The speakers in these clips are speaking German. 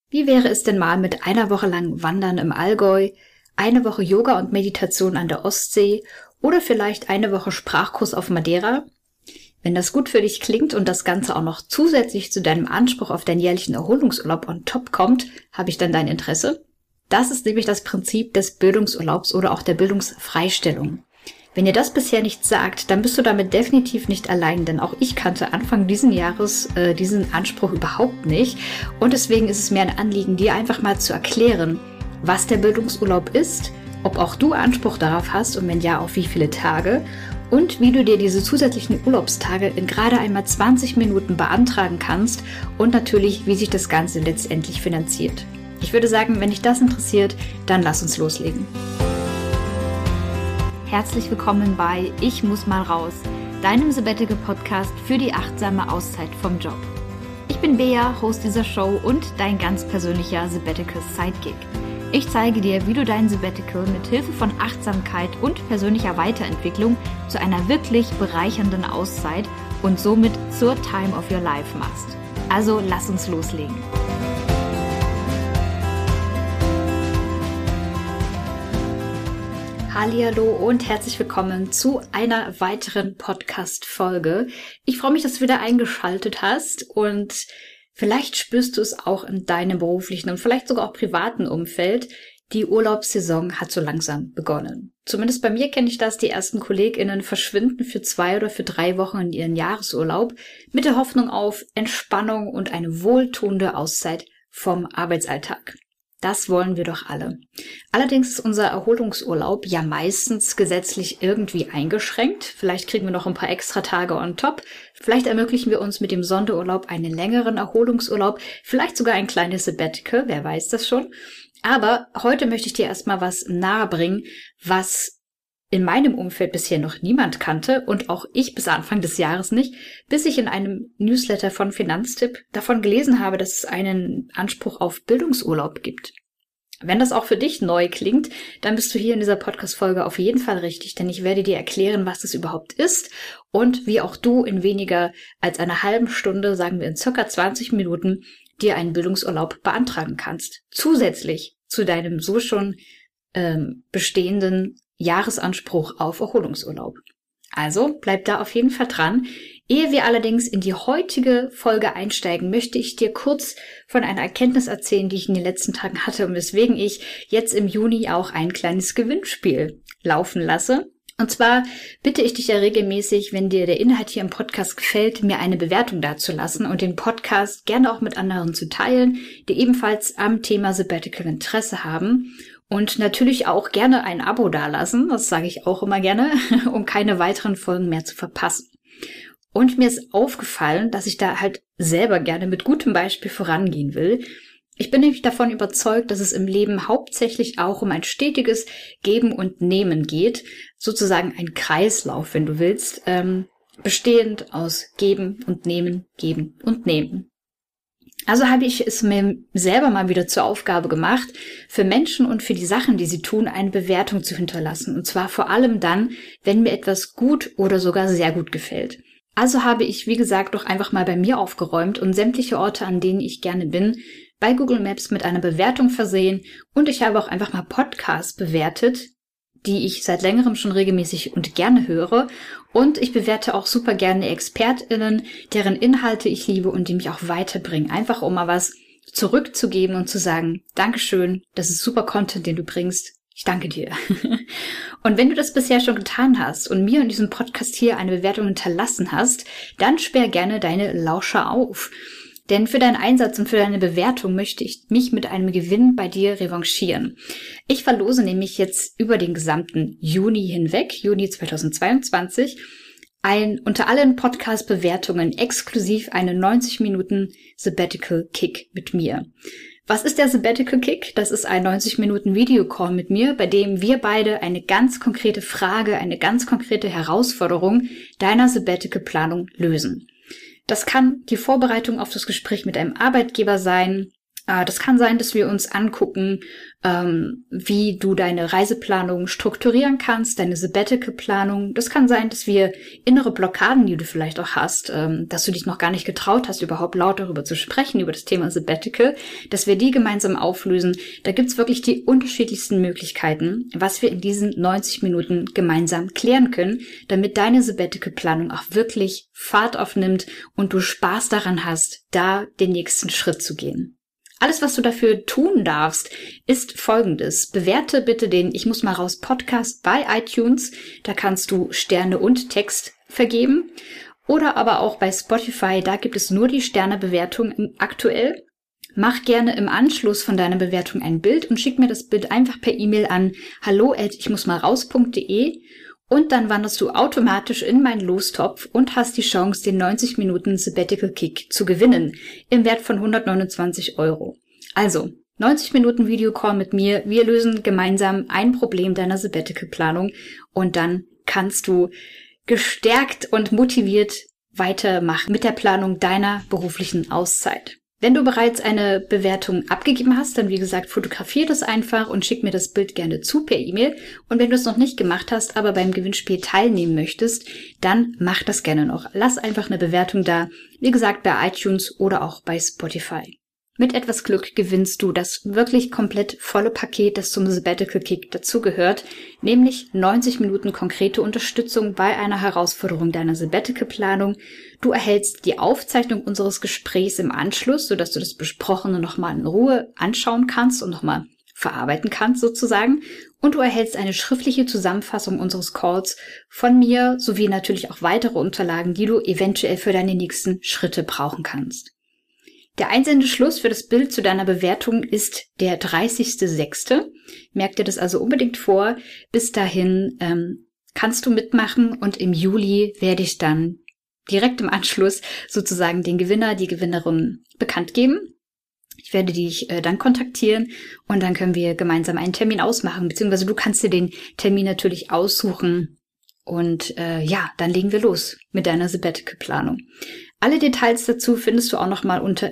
Wie wäre es denn mal mit einer Woche lang Wandern im Allgäu, eine Woche Yoga und Meditation an der Ostsee oder vielleicht eine Woche Sprachkurs auf Madeira? Wenn das gut für dich klingt und das Ganze auch noch zusätzlich zu deinem Anspruch auf deinen jährlichen Erholungsurlaub on top kommt, habe ich dann dein Interesse? Das ist nämlich das Prinzip des Bildungsurlaubs oder auch der Bildungsfreistellung. Wenn dir das bisher nichts sagt, dann bist du damit definitiv nicht allein, denn auch ich kannte Anfang diesen Jahres diesen Anspruch überhaupt nicht. Und deswegen ist es mir ein Anliegen, dir einfach mal zu erklären, was der Bildungsurlaub ist, ob auch du Anspruch darauf hast und wenn ja, auf wie viele Tage und wie du dir diese zusätzlichen Urlaubstage in gerade einmal 20 Minuten beantragen kannst und natürlich, wie sich das Ganze letztendlich finanziert. Ich würde sagen, wenn dich das interessiert, dann lass uns loslegen. Herzlich willkommen bei Ich muss mal raus, deinem Sabbatical-Podcast für die achtsame Auszeit vom Job. Ich bin Bea, Host dieser Show und dein ganz persönlicher Sabbatical-Sidekick. Ich zeige dir, wie du dein Sabbatical mit Hilfe von Achtsamkeit und persönlicher Weiterentwicklung zu einer wirklich bereichernden Auszeit und somit zur Time of Your Life machst. Also lass uns loslegen. Hallihallo und herzlich willkommen zu einer weiteren Podcast-Folge. Ich freue mich, dass du wieder eingeschaltet hast und vielleicht spürst du es auch in deinem beruflichen und vielleicht sogar auch privaten Umfeld. Die Urlaubssaison hat so langsam begonnen. Zumindest bei mir kenne ich das. Die ersten KollegInnen verschwinden für 2 oder für 3 Wochen in ihren Jahresurlaub mit der Hoffnung auf Entspannung und eine wohltuende Auszeit vom Arbeitsalltag. Das wollen wir doch alle. Allerdings ist unser Erholungsurlaub ja meistens gesetzlich irgendwie eingeschränkt. Vielleicht kriegen wir noch ein paar extra Tage on top. Vielleicht ermöglichen wir uns mit dem Sonderurlaub einen längeren Erholungsurlaub. Vielleicht sogar ein kleines Sabbatical, wer weiß das schon. Aber heute möchte ich dir erstmal was nahebringen, was in meinem Umfeld bisher noch niemand kannte und auch ich bis Anfang des Jahres nicht, bis ich in einem Newsletter von Finanztipp davon gelesen habe, dass es einen Anspruch auf Bildungsurlaub gibt. Wenn das auch für dich neu klingt, dann bist du hier in dieser Podcast-Folge auf jeden Fall richtig, denn ich werde dir erklären, was das überhaupt ist und wie auch du in weniger als einer halben Stunde, sagen wir in circa 20 Minuten, dir einen Bildungsurlaub beantragen kannst. Zusätzlich zu deinem so schon bestehenden Jahresanspruch auf Erholungsurlaub. Also bleib da auf jeden Fall dran. Ehe wir allerdings in die heutige Folge einsteigen, möchte ich dir kurz von einer Erkenntnis erzählen, die ich in den letzten Tagen hatte und weswegen ich jetzt im Juni auch ein kleines Gewinnspiel laufen lasse. Und zwar bitte ich dich ja regelmäßig, wenn dir der Inhalt hier im Podcast gefällt, mir eine Bewertung dazulassen und den Podcast gerne auch mit anderen zu teilen, die ebenfalls am Thema Sabbatical Interesse haben. Und natürlich auch gerne ein Abo dalassen, das sage ich auch immer gerne, um keine weiteren Folgen mehr zu verpassen. Und mir ist aufgefallen, dass ich da halt selber gerne mit gutem Beispiel vorangehen will. Ich bin nämlich davon überzeugt, dass es im Leben hauptsächlich auch um ein stetiges Geben und Nehmen geht, sozusagen ein Kreislauf, wenn du willst, bestehend aus Geben und Nehmen, Geben und Nehmen. Also habe ich es mir selber mal wieder zur Aufgabe gemacht, für Menschen und für die Sachen, die sie tun, eine Bewertung zu hinterlassen. Und zwar vor allem dann, wenn mir etwas gut oder sogar sehr gut gefällt. Also habe ich, wie gesagt, doch einfach mal bei mir aufgeräumt und sämtliche Orte, an denen ich gerne bin, bei Google Maps mit einer Bewertung versehen. Und ich habe auch einfach mal Podcasts bewertet, die ich seit längerem schon regelmäßig und gerne höre. Und ich bewerte auch super gerne ExpertInnen, deren Inhalte ich liebe und die mich auch weiterbringen. Einfach um mal was zurückzugeben und zu sagen, Dankeschön, das ist super Content, den du bringst. Ich danke dir. Und wenn du das bisher schon getan hast und mir in diesem Podcast hier eine Bewertung hinterlassen hast, dann sperr gerne deine Lauscher auf. Denn für deinen Einsatz und für deine Bewertung möchte ich mich mit einem Gewinn bei dir revanchieren. Ich verlose nämlich jetzt über den gesamten Juni hinweg, Juni 2022, unter allen Podcast-Bewertungen exklusiv einen 90 Minuten Sabbatical Kick mit mir. Was ist der Sabbatical Kick? Das ist ein 90 Minuten Videocall mit mir, bei dem wir beide eine ganz konkrete Frage, eine ganz konkrete Herausforderung deiner Sabbatical-Planung lösen. Das kann die Vorbereitung auf das Gespräch mit einem Arbeitgeber sein, Das kann sein, dass wir uns angucken, wie du deine Reiseplanung strukturieren kannst, deine Sabbatical-Planung. Das kann sein, dass wir innere Blockaden, die du vielleicht auch hast, dass du dich noch gar nicht getraut hast, überhaupt laut darüber zu sprechen, über das Thema Sabbatical, dass wir die gemeinsam auflösen. Da gibt's wirklich die unterschiedlichsten Möglichkeiten, was wir in diesen 90 Minuten gemeinsam klären können, damit deine Sabbatical-Planung auch wirklich Fahrt aufnimmt und du Spaß daran hast, da den nächsten Schritt zu gehen. Alles, was du dafür tun darfst, ist Folgendes. Bewerte bitte den Ich muss mal raus Podcast bei iTunes. Da kannst du Sterne und Text vergeben. Oder aber auch bei Spotify. Da gibt es nur die Sternebewertung aktuell. Mach gerne im Anschluss von deiner Bewertung ein Bild und schick mir das Bild einfach per E-Mail an hallo@ichmussmalraus.de. Und dann wanderst du automatisch in meinen Lostopf und hast die Chance, den 90 Minuten Sabbatical Kick zu gewinnen, im Wert von 129 €. Also, 90 Minuten Videocall mit mir, wir lösen gemeinsam ein Problem deiner Sabbatical-Planung und dann kannst du gestärkt und motiviert weitermachen mit der Planung deiner beruflichen Auszeit. Wenn du bereits eine Bewertung abgegeben hast, dann wie gesagt, fotografier das einfach und schick mir das Bild gerne zu per E-Mail. Und wenn du es noch nicht gemacht hast, aber beim Gewinnspiel teilnehmen möchtest, dann mach das gerne noch. Lass einfach eine Bewertung da, wie gesagt, bei iTunes oder auch bei Spotify. Mit etwas Glück gewinnst du das wirklich komplett volle Paket, das zum Sabbatical Kick dazugehört, nämlich 90 Minuten konkrete Unterstützung bei einer Herausforderung deiner Sabbatical-Planung. Du erhältst die Aufzeichnung unseres Gesprächs im Anschluss, sodass du das Besprochene nochmal in Ruhe anschauen kannst und nochmal verarbeiten kannst sozusagen. Und du erhältst eine schriftliche Zusammenfassung unseres Calls von mir, sowie natürlich auch weitere Unterlagen, die du eventuell für deine nächsten Schritte brauchen kannst. Der Einsendeschluss für das Bild zu deiner Bewertung ist der 30.06. Merk dir das also unbedingt vor. Bis dahin kannst du mitmachen und im Juli werde ich dann direkt im Anschluss sozusagen den Gewinner, die Gewinnerin bekannt geben. Ich werde dich dann kontaktieren und dann können wir gemeinsam einen Termin ausmachen, beziehungsweise du kannst dir den Termin natürlich aussuchen und dann legen wir los mit deiner Sabbatical-Planung. Alle Details dazu findest du auch nochmal unter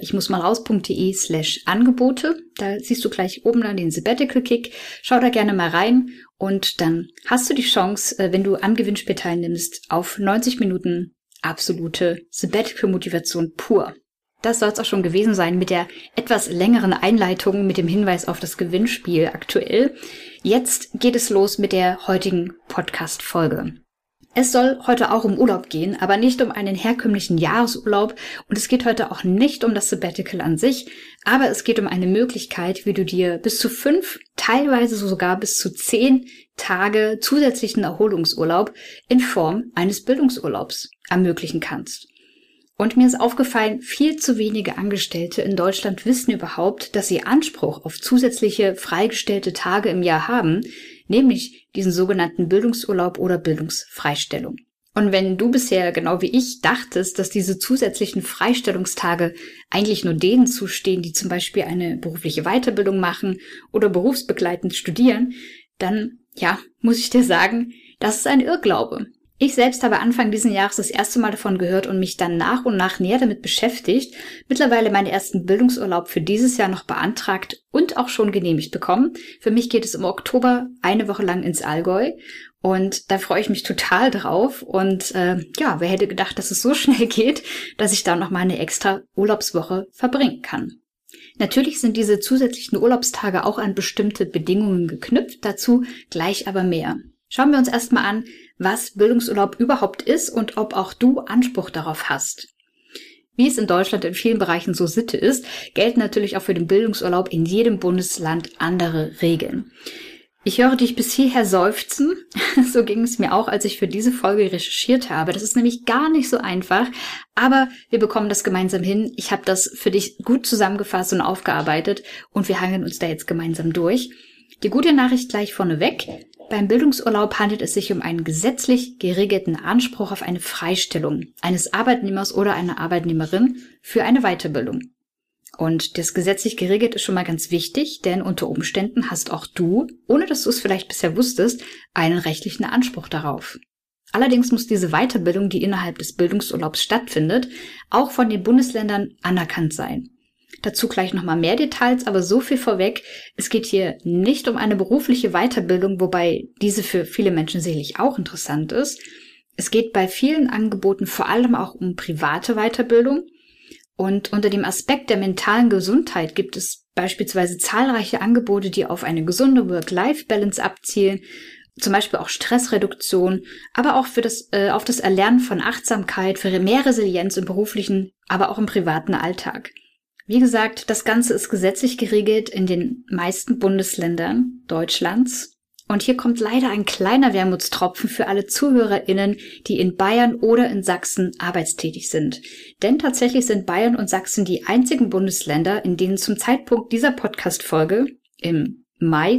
ichmussmalraus.de/Angebote. Da siehst du gleich oben dann den Sabbatical Kick. Schau da gerne mal rein und dann hast du die Chance, wenn du am Gewinnspiel teilnimmst, auf 90 Minuten absolute Sabbatical-Motivation pur. Das soll es auch schon gewesen sein mit der etwas längeren Einleitung mit dem Hinweis auf das Gewinnspiel aktuell. Jetzt geht es los mit der heutigen Podcast-Folge. Es soll heute auch um Urlaub gehen, aber nicht um einen herkömmlichen Jahresurlaub und es geht heute auch nicht um das Sabbatical an sich, aber es geht um eine Möglichkeit, wie du dir bis zu 5, teilweise sogar bis zu 10 Tage zusätzlichen Erholungsurlaub in Form eines Bildungsurlaubs ermöglichen kannst. Und mir ist aufgefallen, viel zu wenige Angestellte in Deutschland wissen überhaupt, dass sie Anspruch auf zusätzliche freigestellte Tage im Jahr haben, nämlich diesen sogenannten Bildungsurlaub oder Bildungsfreistellung. Und wenn du bisher, genau wie ich, dachtest, dass diese zusätzlichen Freistellungstage eigentlich nur denen zustehen, die zum Beispiel eine berufliche Weiterbildung machen oder berufsbegleitend studieren, dann, muss ich dir sagen, das ist ein Irrglaube. Ich selbst habe Anfang dieses Jahres das erste Mal davon gehört und mich dann nach und nach näher damit beschäftigt, mittlerweile meinen ersten Bildungsurlaub für dieses Jahr noch beantragt und auch schon genehmigt bekommen. Für mich geht es im Oktober eine Woche lang ins Allgäu und da freue ich mich total drauf und wer hätte gedacht, dass es so schnell geht, dass ich da noch mal eine extra Urlaubswoche verbringen kann. Natürlich sind diese zusätzlichen Urlaubstage auch an bestimmte Bedingungen geknüpft, dazu gleich aber mehr. Schauen wir uns erstmal an, was Bildungsurlaub überhaupt ist und ob auch du Anspruch darauf hast. Wie es in Deutschland in vielen Bereichen so Sitte ist, gelten natürlich auch für den Bildungsurlaub in jedem Bundesland andere Regeln. Ich höre dich bis hierher seufzen. So ging es mir auch, als ich für diese Folge recherchiert habe. Das ist nämlich gar nicht so einfach, aber wir bekommen das gemeinsam hin. Ich habe das für dich gut zusammengefasst und aufgearbeitet und wir hangeln uns da jetzt gemeinsam durch. Die gute Nachricht gleich vorneweg. Beim Bildungsurlaub handelt es sich um einen gesetzlich geregelten Anspruch auf eine Freistellung eines Arbeitnehmers oder einer Arbeitnehmerin für eine Weiterbildung. Und das gesetzlich geregelt ist schon mal ganz wichtig, denn unter Umständen hast auch du, ohne dass du es vielleicht bisher wusstest, einen rechtlichen Anspruch darauf. Allerdings muss diese Weiterbildung, die innerhalb des Bildungsurlaubs stattfindet, auch von den Bundesländern anerkannt sein. Dazu gleich nochmal mehr Details, aber so viel vorweg. Es geht hier nicht um eine berufliche Weiterbildung, wobei diese für viele Menschen sicherlich auch interessant ist. Es geht bei vielen Angeboten vor allem auch um private Weiterbildung. Und unter dem Aspekt der mentalen Gesundheit gibt es beispielsweise zahlreiche Angebote, die auf eine gesunde Work-Life-Balance abzielen, zum Beispiel auch Stressreduktion, aber auch auf das Erlernen von Achtsamkeit, für mehr Resilienz im beruflichen, aber auch im privaten Alltag. Wie gesagt, das Ganze ist gesetzlich geregelt in den meisten Bundesländern Deutschlands. Und hier kommt leider ein kleiner Wermutstropfen für alle ZuhörerInnen, die in Bayern oder in Sachsen arbeitstätig sind. Denn tatsächlich sind Bayern und Sachsen die einzigen Bundesländer, in denen zum Zeitpunkt dieser Podcast-Folge im Mai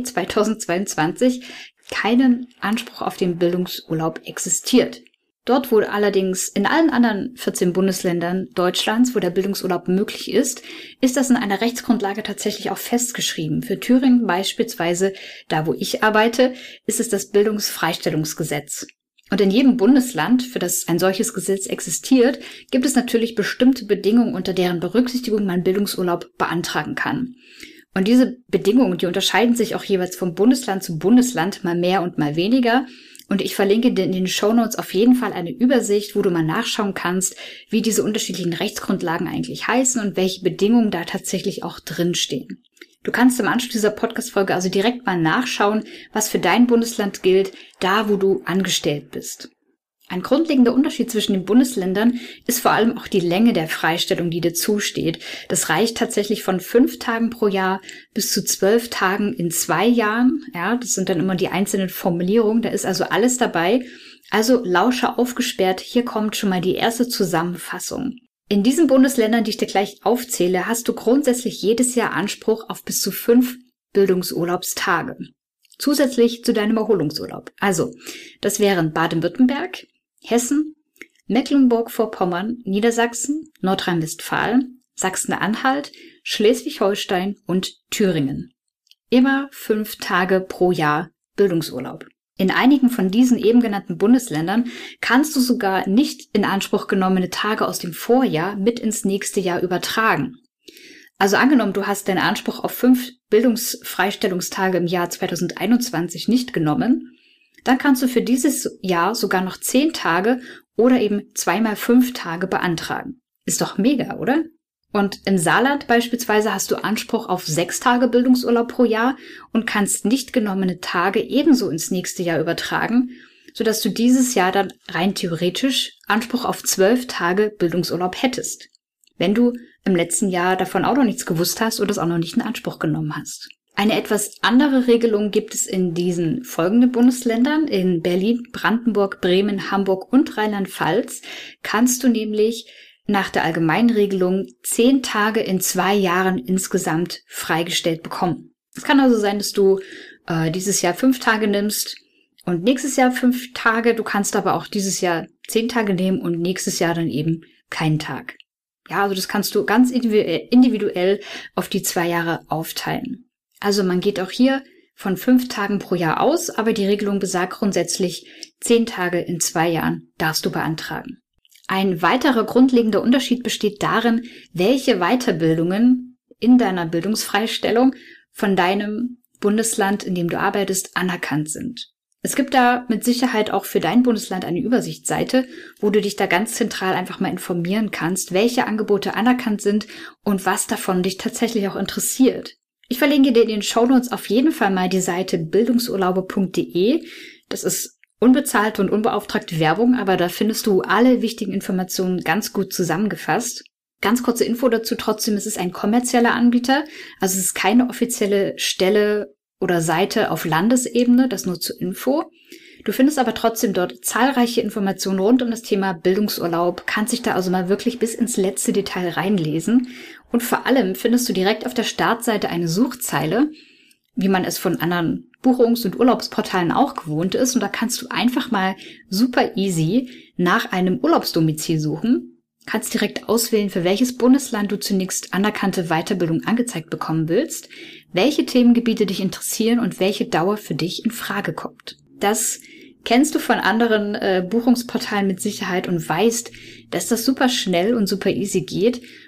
2022 keinen Anspruch auf den Bildungsurlaub existiert. Dort, wo allerdings in allen anderen 14 Bundesländern Deutschlands, wo der Bildungsurlaub möglich ist das in einer Rechtsgrundlage tatsächlich auch festgeschrieben. Für Thüringen beispielsweise, da wo ich arbeite, ist es das Bildungsfreistellungsgesetz. Und in jedem Bundesland, für das ein solches Gesetz existiert, gibt es natürlich bestimmte Bedingungen, unter deren Berücksichtigung man Bildungsurlaub beantragen kann. Und diese Bedingungen, die unterscheiden sich auch jeweils von Bundesland zu Bundesland, mal mehr und mal weniger. Und ich verlinke dir in den Shownotes auf jeden Fall eine Übersicht, wo du mal nachschauen kannst, wie diese unterschiedlichen Rechtsgrundlagen eigentlich heißen und welche Bedingungen da tatsächlich auch drinstehen. Du kannst im Anschluss dieser Podcast-Folge also direkt mal nachschauen, was für dein Bundesland gilt, da wo du angestellt bist. Ein grundlegender Unterschied zwischen den Bundesländern ist vor allem auch die Länge der Freistellung, die dir zusteht. Das reicht tatsächlich von 5 Tagen pro Jahr bis zu 12 Tagen in 2 Jahren. Ja, das sind dann immer die einzelnen Formulierungen. Da ist also alles dabei. Also lausche aufgesperrt. Hier kommt schon mal die erste Zusammenfassung. In diesen Bundesländern, die ich dir gleich aufzähle, hast du grundsätzlich jedes Jahr Anspruch auf bis zu 5 Bildungsurlaubstage. Zusätzlich zu deinem Erholungsurlaub. Also, das wären Baden-Württemberg, Hessen, Mecklenburg-Vorpommern, Niedersachsen, Nordrhein-Westfalen, Sachsen-Anhalt, Schleswig-Holstein und Thüringen. Immer 5 Tage pro Jahr Bildungsurlaub. In einigen von diesen eben genannten Bundesländern kannst du sogar nicht in Anspruch genommene Tage aus dem Vorjahr mit ins nächste Jahr übertragen. Also angenommen, du hast deinen Anspruch auf 5 Bildungsfreistellungstage im Jahr 2021 nicht genommen, dann kannst du für dieses Jahr sogar noch 10 Tage oder eben 2 mal 5 Tage beantragen. Ist doch mega, oder? Und im Saarland beispielsweise hast du Anspruch auf 6 Tage Bildungsurlaub pro Jahr und kannst nicht genommene Tage ebenso ins nächste Jahr übertragen, sodass du dieses Jahr dann rein theoretisch Anspruch auf 12 Tage Bildungsurlaub hättest, wenn du im letzten Jahr davon auch noch nichts gewusst hast oder es auch noch nicht in Anspruch genommen hast. Eine etwas andere Regelung gibt es in diesen folgenden Bundesländern. In Berlin, Brandenburg, Bremen, Hamburg und Rheinland-Pfalz kannst du nämlich nach der Allgemeinregelung 10 Tage in 2 Jahren insgesamt freigestellt bekommen. Es kann also sein, dass du dieses Jahr 5 Tage nimmst und nächstes Jahr 5 Tage. Du kannst aber auch dieses Jahr 10 Tage nehmen und nächstes Jahr dann eben keinen Tag. Ja, also das kannst du ganz individuell auf die 2 Jahre aufteilen. Also man geht auch hier von 5 Tagen pro Jahr aus, aber die Regelung besagt grundsätzlich 10 Tage in 2 Jahren darfst du beantragen. Ein weiterer grundlegender Unterschied besteht darin, welche Weiterbildungen in deiner Bildungsfreistellung von deinem Bundesland, in dem du arbeitest, anerkannt sind. Es gibt da mit Sicherheit auch für dein Bundesland eine Übersichtsseite, wo du dich da ganz zentral einfach mal informieren kannst, welche Angebote anerkannt sind und was davon dich tatsächlich auch interessiert. Ich verlinke dir in den Shownotes auf jeden Fall mal die Seite bildungsurlaube.de. Das ist unbezahlte und unbeauftragte Werbung, aber da findest du alle wichtigen Informationen ganz gut zusammengefasst. Ganz kurze Info dazu trotzdem, es ist ein kommerzieller Anbieter, also es ist keine offizielle Stelle oder Seite auf Landesebene, das nur zur Info. Du findest aber trotzdem dort zahlreiche Informationen rund um das Thema Bildungsurlaub, kannst dich da also mal wirklich bis ins letzte Detail reinlesen. Und vor allem findest du direkt auf der Startseite eine Suchzeile, wie man es von anderen Buchungs- und Urlaubsportalen auch gewohnt ist. Und da kannst du einfach mal super easy nach einem Urlaubsdomizil suchen, kannst direkt auswählen, für welches Bundesland du zunächst anerkannte Weiterbildung angezeigt bekommen willst, welche Themengebiete dich interessieren und welche Dauer für dich in Frage kommt. Das kennst du von anderen Buchungsportalen mit Sicherheit und weißt, dass das super schnell und super easy geht.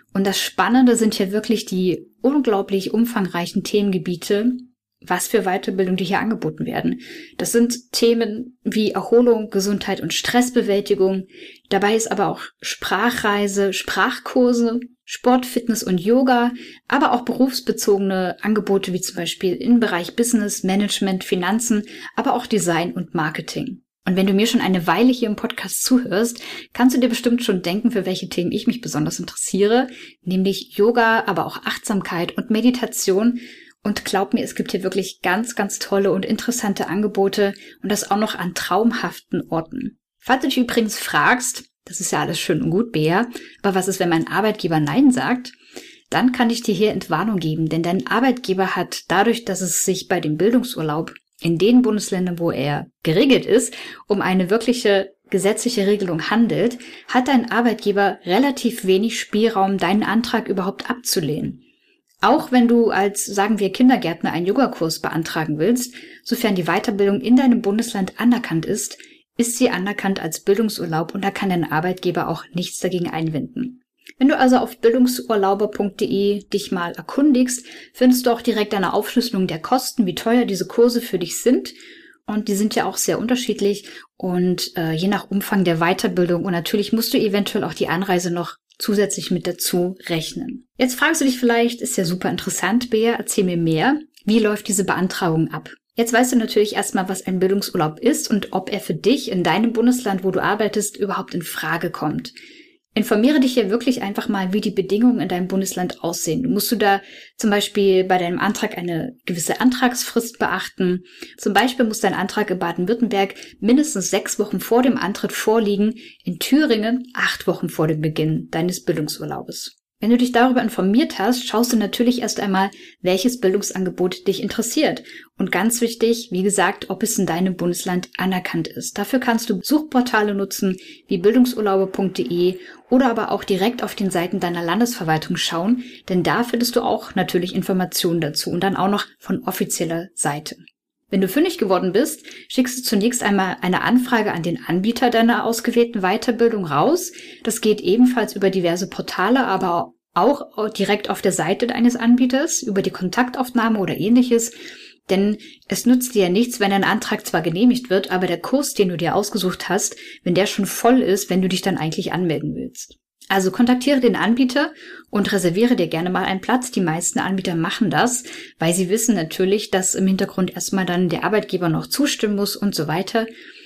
Und das Spannende sind hier wirklich die unglaublich umfangreichen Themengebiete, was für Weiterbildung die hier angeboten werden. Das sind Themen wie Erholung, Gesundheit und Stressbewältigung. Dabei ist aber auch Sprachreise, Sprachkurse, Sport, Fitness und Yoga, aber auch berufsbezogene Angebote wie zum Beispiel im Bereich Business, Management, Finanzen, aber auch Design und Marketing. Und wenn du mir schon eine Weile hier im Podcast zuhörst, kannst du dir bestimmt schon denken, für welche Themen ich mich besonders interessiere, nämlich Yoga, aber auch Achtsamkeit und Meditation. Und glaub mir, es gibt hier wirklich ganz, ganz tolle und interessante Angebote und das auch noch an traumhaften Orten. Falls du dich übrigens fragst, das ist ja alles schön und gut, Bea, aber was ist, wenn mein Arbeitgeber Nein sagt? Dann kann ich dir hier Entwarnung geben, denn dein Arbeitgeber hat dadurch, dass es sich bei dem Bildungsurlaub in den Bundesländern, wo er geregelt ist, um eine wirkliche gesetzliche Regelung handelt, hat dein Arbeitgeber relativ wenig Spielraum, deinen Antrag überhaupt abzulehnen. Auch wenn du als, sagen wir, Kindergärtner einen Yogakurs beantragen willst, sofern die Weiterbildung in deinem Bundesland anerkannt ist sie anerkannt als Bildungsurlaub und da kann dein Arbeitgeber auch nichts dagegen einwenden. Wenn du also auf bildungsurlauber.de dich mal erkundigst, findest du auch direkt eine Aufschlüsselung der Kosten, wie teuer diese Kurse für dich sind. Und die sind ja auch sehr unterschiedlich und je nach Umfang der Weiterbildung. Und natürlich musst du eventuell auch die Anreise noch zusätzlich mit dazu rechnen. Jetzt fragst du dich vielleicht, ist ja super interessant, Bea, erzähl mir mehr. Wie läuft diese Beantragung ab? Jetzt weißt du natürlich erstmal, was ein Bildungsurlaub ist und ob er für dich in deinem Bundesland, wo du arbeitest, überhaupt in Frage kommt. Informiere dich hier wirklich einfach mal, wie die Bedingungen in deinem Bundesland aussehen. Musst du da zum Beispiel bei deinem Antrag eine gewisse Antragsfrist beachten? Zum Beispiel muss dein Antrag in Baden-Württemberg mindestens 6 Wochen vor dem Antritt vorliegen, in Thüringen 8 Wochen vor dem Beginn deines Bildungsurlaubes. Wenn du dich darüber informiert hast, schaust du natürlich erst einmal, welches Bildungsangebot dich interessiert. Und ganz wichtig, wie gesagt, ob es in deinem Bundesland anerkannt ist. Dafür kannst du Suchportale nutzen, wie bildungsurlaube.de oder aber auch direkt auf den Seiten deiner Landesverwaltung schauen, denn da findest du auch natürlich Informationen dazu und dann auch noch von offizieller Seite. Wenn du fündig geworden bist, schickst du zunächst einmal eine Anfrage an den Anbieter deiner ausgewählten Weiterbildung raus. Das geht ebenfalls über diverse Portale, aber auch direkt auf der Seite deines Anbieters, über die Kontaktaufnahme oder ähnliches. Denn es nützt dir ja nichts, wenn dein Antrag zwar genehmigt wird, aber der Kurs, den du dir ausgesucht hast, wenn der schon voll ist, wenn du dich dann eigentlich anmelden willst. Also kontaktiere den Anbieter und reserviere dir gerne mal einen Platz. Die meisten Anbieter machen das, weil sie wissen natürlich, dass im Hintergrund erstmal dann der Arbeitgeber noch zustimmen muss und so weiter.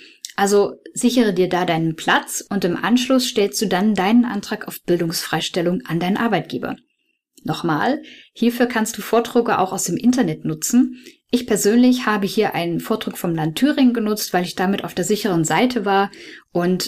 Also sichere dir da deinen Platz und im Anschluss stellst du dann deinen Antrag auf Bildungsfreistellung an deinen Arbeitgeber. Nochmal, hierfür kannst du Vorträge auch aus dem Internet nutzen. Ich persönlich habe hier einen Vortrag vom Land Thüringen genutzt, weil ich damit auf der sicheren Seite war und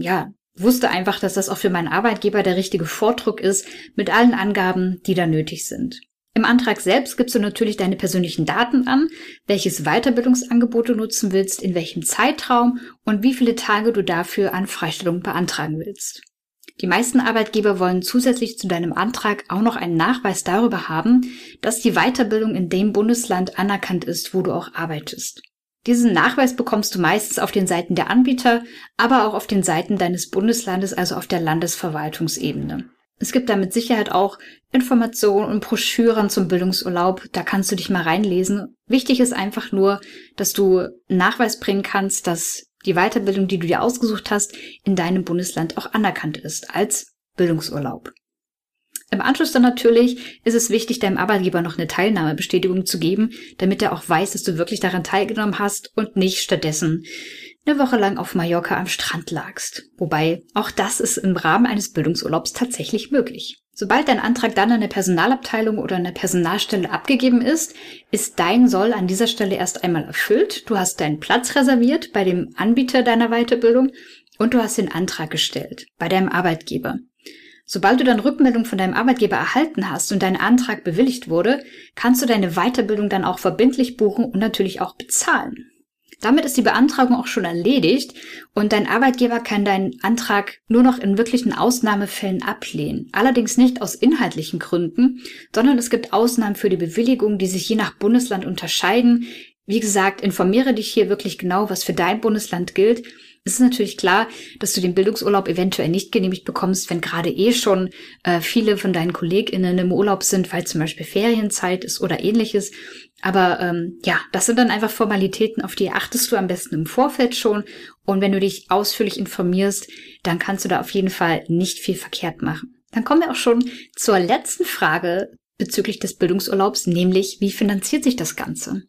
wusste einfach, dass das auch für meinen Arbeitgeber der richtige Vordruck ist, mit allen Angaben, die da nötig sind. Im Antrag selbst gibst du natürlich deine persönlichen Daten an, welches Weiterbildungsangebot du nutzen willst, in welchem Zeitraum und wie viele Tage du dafür an Freistellung beantragen willst. Die meisten Arbeitgeber wollen zusätzlich zu deinem Antrag auch noch einen Nachweis darüber haben, dass die Weiterbildung in dem Bundesland anerkannt ist, wo du auch arbeitest. Diesen Nachweis bekommst du meistens auf den Seiten der Anbieter, aber auch auf den Seiten deines Bundeslandes, also auf der Landesverwaltungsebene. Es gibt da mit Sicherheit auch Informationen und Broschüren zum Bildungsurlaub, da kannst du dich mal reinlesen. Wichtig ist einfach nur, dass du einen Nachweis bringen kannst, dass die Weiterbildung, die du dir ausgesucht hast, in deinem Bundesland auch anerkannt ist als Bildungsurlaub. Im Anschluss dann natürlich ist es wichtig, deinem Arbeitgeber noch eine Teilnahmebestätigung zu geben, damit er auch weiß, dass du wirklich daran teilgenommen hast und nicht stattdessen eine Woche lang auf Mallorca am Strand lagst. Wobei auch das ist im Rahmen eines Bildungsurlaubs tatsächlich möglich. Sobald dein Antrag dann an der Personalabteilung oder an der Personalstelle abgegeben ist dein Soll an dieser Stelle erst einmal erfüllt. Du hast deinen Platz reserviert bei dem Anbieter deiner Weiterbildung und du hast den Antrag gestellt bei deinem Arbeitgeber. Sobald du dann Rückmeldung von deinem Arbeitgeber erhalten hast und dein Antrag bewilligt wurde, kannst du deine Weiterbildung dann auch verbindlich buchen und natürlich auch bezahlen. Damit ist die Beantragung auch schon erledigt und dein Arbeitgeber kann deinen Antrag nur noch in wirklichen Ausnahmefällen ablehnen. Allerdings nicht aus inhaltlichen Gründen, sondern es gibt Ausnahmen für die Bewilligung, die sich je nach Bundesland unterscheiden. Wie gesagt, informiere dich hier wirklich genau, was für dein Bundesland gilt Es ist natürlich klar, dass du den Bildungsurlaub eventuell nicht genehmigt bekommst, wenn gerade schon viele von deinen KollegInnen im Urlaub sind, weil zum Beispiel Ferienzeit ist oder ähnliches. Aber das sind dann einfach Formalitäten, auf die achtest du am besten im Vorfeld schon. Und wenn du dich ausführlich informierst, dann kannst du da auf jeden Fall nicht viel verkehrt machen. Dann kommen wir auch schon zur letzten Frage bezüglich des Bildungsurlaubs, nämlich wie finanziert sich das Ganze?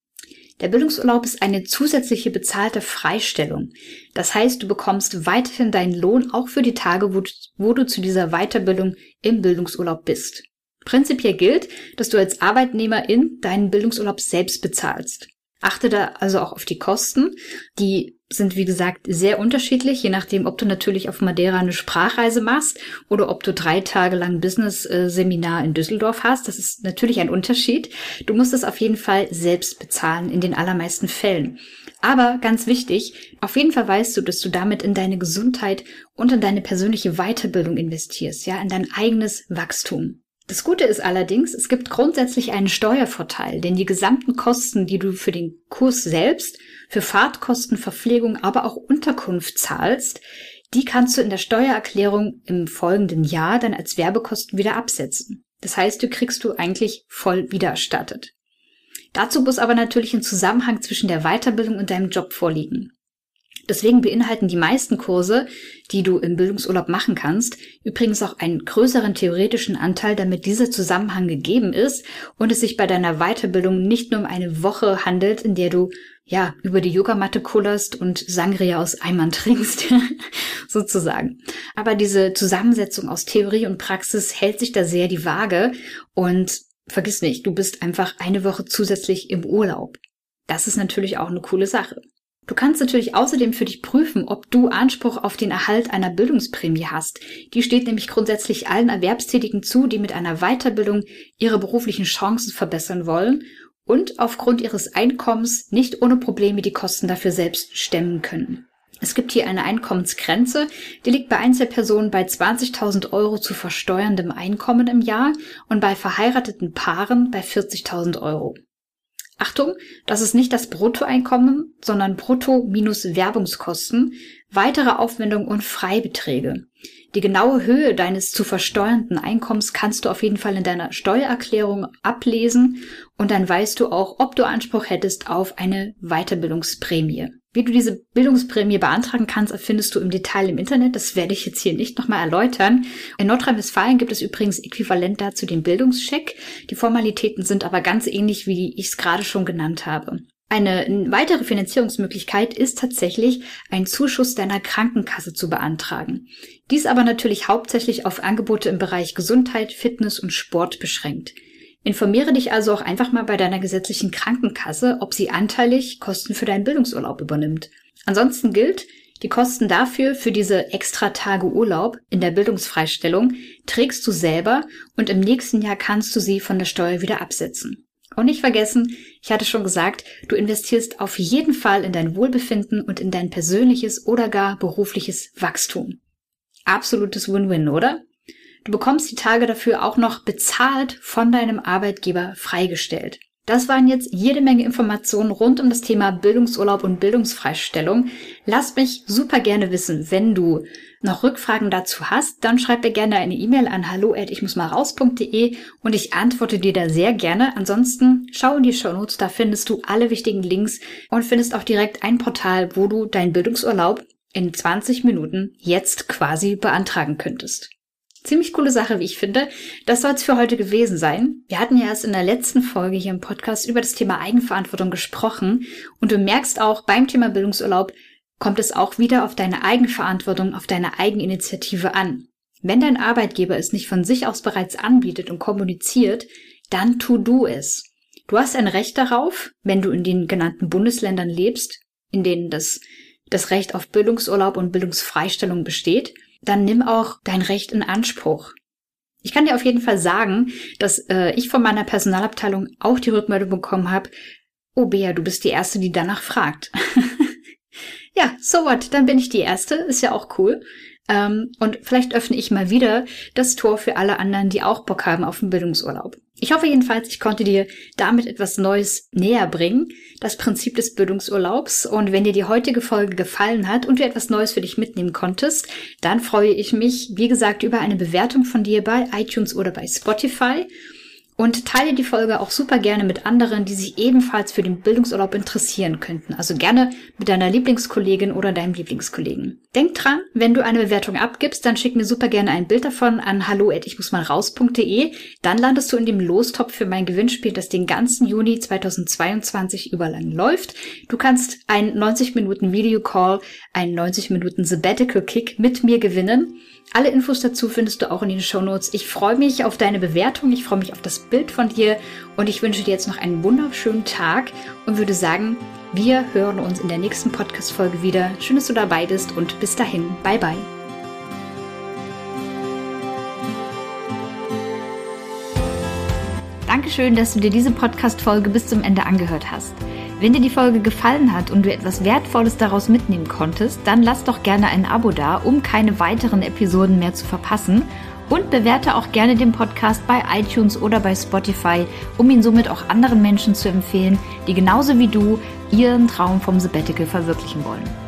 Der Bildungsurlaub ist eine zusätzliche bezahlte Freistellung. Das heißt, du bekommst weiterhin deinen Lohn auch für die Tage, wo du zu dieser Weiterbildung im Bildungsurlaub bist. Prinzipiell gilt, dass du als Arbeitnehmerin deinen Bildungsurlaub selbst bezahlst. Achte da also auch auf die Kosten. Die sind, wie gesagt, sehr unterschiedlich, je nachdem, ob du natürlich auf Madeira eine Sprachreise machst oder ob du 3 Tage lang Business-Seminar in Düsseldorf hast. Das ist natürlich ein Unterschied. Du musst es auf jeden Fall selbst bezahlen, in den allermeisten Fällen. Aber ganz wichtig, auf jeden Fall weißt du, dass du damit in deine Gesundheit und in deine persönliche Weiterbildung investierst, ja, in dein eigenes Wachstum. Das Gute ist allerdings, es gibt grundsätzlich einen Steuervorteil, denn die gesamten Kosten, die du für den Kurs selbst, für Fahrtkosten, Verpflegung, aber auch Unterkunft zahlst, die kannst du in der Steuererklärung im folgenden Jahr dann als Werbekosten wieder absetzen. Das heißt, du kriegst du eigentlich voll wiedererstattet. Dazu muss aber natürlich ein Zusammenhang zwischen der Weiterbildung und deinem Job vorliegen. Deswegen beinhalten die meisten Kurse, die du im Bildungsurlaub machen kannst, übrigens auch einen größeren theoretischen Anteil, damit dieser Zusammenhang gegeben ist und es sich bei deiner Weiterbildung nicht nur um eine Woche handelt, in der du über die Yogamatte kullerst und Sangria aus Eimern trinkst, sozusagen. Aber diese Zusammensetzung aus Theorie und Praxis hält sich da sehr die Waage und vergiss nicht, du bist einfach eine Woche zusätzlich im Urlaub. Das ist natürlich auch eine coole Sache. Du kannst natürlich außerdem für dich prüfen, ob du Anspruch auf den Erhalt einer Bildungsprämie hast. Die steht nämlich grundsätzlich allen Erwerbstätigen zu, die mit einer Weiterbildung ihre beruflichen Chancen verbessern wollen und aufgrund ihres Einkommens nicht ohne Probleme die Kosten dafür selbst stemmen können. Es gibt hier eine Einkommensgrenze, die liegt bei Einzelpersonen bei 20.000 € zu versteuerndem Einkommen im Jahr und bei verheirateten Paaren bei 40.000 €. Achtung, das ist nicht das Bruttoeinkommen, sondern Brutto minus Werbungskosten, weitere Aufwendungen und Freibeträge. Die genaue Höhe deines zu versteuernden Einkommens kannst du auf jeden Fall in deiner Steuererklärung ablesen und dann weißt du auch, ob du Anspruch hättest auf eine Weiterbildungsprämie. Wie du diese Bildungsprämie beantragen kannst, erfindest du im Detail im Internet. Das werde ich jetzt hier nicht nochmal erläutern. In Nordrhein-Westfalen gibt es übrigens äquivalent dazu den Bildungscheck. Die Formalitäten sind aber ganz ähnlich, wie ich es gerade schon genannt habe. Eine weitere Finanzierungsmöglichkeit ist tatsächlich, einen Zuschuss deiner Krankenkasse zu beantragen. Dies aber natürlich hauptsächlich auf Angebote im Bereich Gesundheit, Fitness und Sport beschränkt. Informiere dich also auch einfach mal bei deiner gesetzlichen Krankenkasse, ob sie anteilig Kosten für deinen Bildungsurlaub übernimmt. Ansonsten gilt, die Kosten dafür, für diese extra Tage Urlaub in der Bildungsfreistellung, trägst du selber und im nächsten Jahr kannst du sie von der Steuer wieder absetzen. Und nicht vergessen, ich hatte schon gesagt, du investierst auf jeden Fall in dein Wohlbefinden und in dein persönliches oder gar berufliches Wachstum. Absolutes Win-Win, oder? Du bekommst die Tage dafür auch noch bezahlt von deinem Arbeitgeber freigestellt. Das waren jetzt jede Menge Informationen rund um das Thema Bildungsurlaub und Bildungsfreistellung. Lass mich super gerne wissen, wenn du noch Rückfragen dazu hast, dann schreib mir gerne eine E-Mail an hallo@ichmussmalraus.de und ich antworte dir da sehr gerne. Ansonsten schau in die Shownotes, da findest du alle wichtigen Links und findest auch direkt ein Portal, wo du deinen Bildungsurlaub in 20 Minuten jetzt quasi beantragen könntest. Ziemlich coole Sache, wie ich finde. Das soll es für heute gewesen sein. Wir hatten ja erst in der letzten Folge hier im Podcast über das Thema Eigenverantwortung gesprochen und du merkst auch, beim Thema Bildungsurlaub kommt es auch wieder auf deine Eigenverantwortung, auf deine Eigeninitiative an. Wenn dein Arbeitgeber es nicht von sich aus bereits anbietet und kommuniziert, dann tu du es. Du hast ein Recht darauf, wenn du in den genannten Bundesländern lebst, in denen das Recht auf Bildungsurlaub und Bildungsfreistellung besteht, dann nimm auch dein Recht in Anspruch. Ich kann dir auf jeden Fall sagen, dass ich von meiner Personalabteilung auch die Rückmeldung bekommen habe, oh Bea, du bist die Erste, die danach fragt. Ja, so what, dann bin ich die Erste, ist ja auch cool. Und vielleicht öffne ich mal wieder das Tor für alle anderen, die auch Bock haben auf einen Bildungsurlaub. Ich hoffe jedenfalls, ich konnte dir damit etwas Neues näher bringen, das Prinzip des Bildungsurlaubs. Und wenn dir die heutige Folge gefallen hat und du etwas Neues für dich mitnehmen konntest, dann freue ich mich, wie gesagt, über eine Bewertung von dir bei iTunes oder bei Spotify. Und teile die Folge auch super gerne mit anderen, die sich ebenfalls für den Bildungsurlaub interessieren könnten. Also gerne mit deiner Lieblingskollegin oder deinem Lieblingskollegen. Denk dran, wenn du eine Bewertung abgibst, dann schick mir super gerne ein Bild davon an hallo@ichmussmalraus.de. Dann landest du in dem Lostopf für mein Gewinnspiel, das den ganzen Juni 2022 überlang läuft. Du kannst einen 90 Minuten Videocall, einen 90 Minuten Sabbatical Kick mit mir gewinnen. Alle Infos dazu findest du auch in den Shownotes. Ich freue mich auf deine Bewertung, ich freue mich auf das Bild von dir und ich wünsche dir jetzt noch einen wunderschönen Tag und würde sagen, wir hören uns in der nächsten Podcast-Folge wieder. Schön, dass du dabei bist und bis dahin, bye bye. Dankeschön, dass du dir diese Podcast-Folge bis zum Ende angehört hast. Wenn dir die Folge gefallen hat und du etwas Wertvolles daraus mitnehmen konntest, dann lass doch gerne ein Abo da, um keine weiteren Episoden mehr zu verpassen. Und bewerte auch gerne den Podcast bei iTunes oder bei Spotify, um ihn somit auch anderen Menschen zu empfehlen, die genauso wie du ihren Traum vom Sabbatical verwirklichen wollen.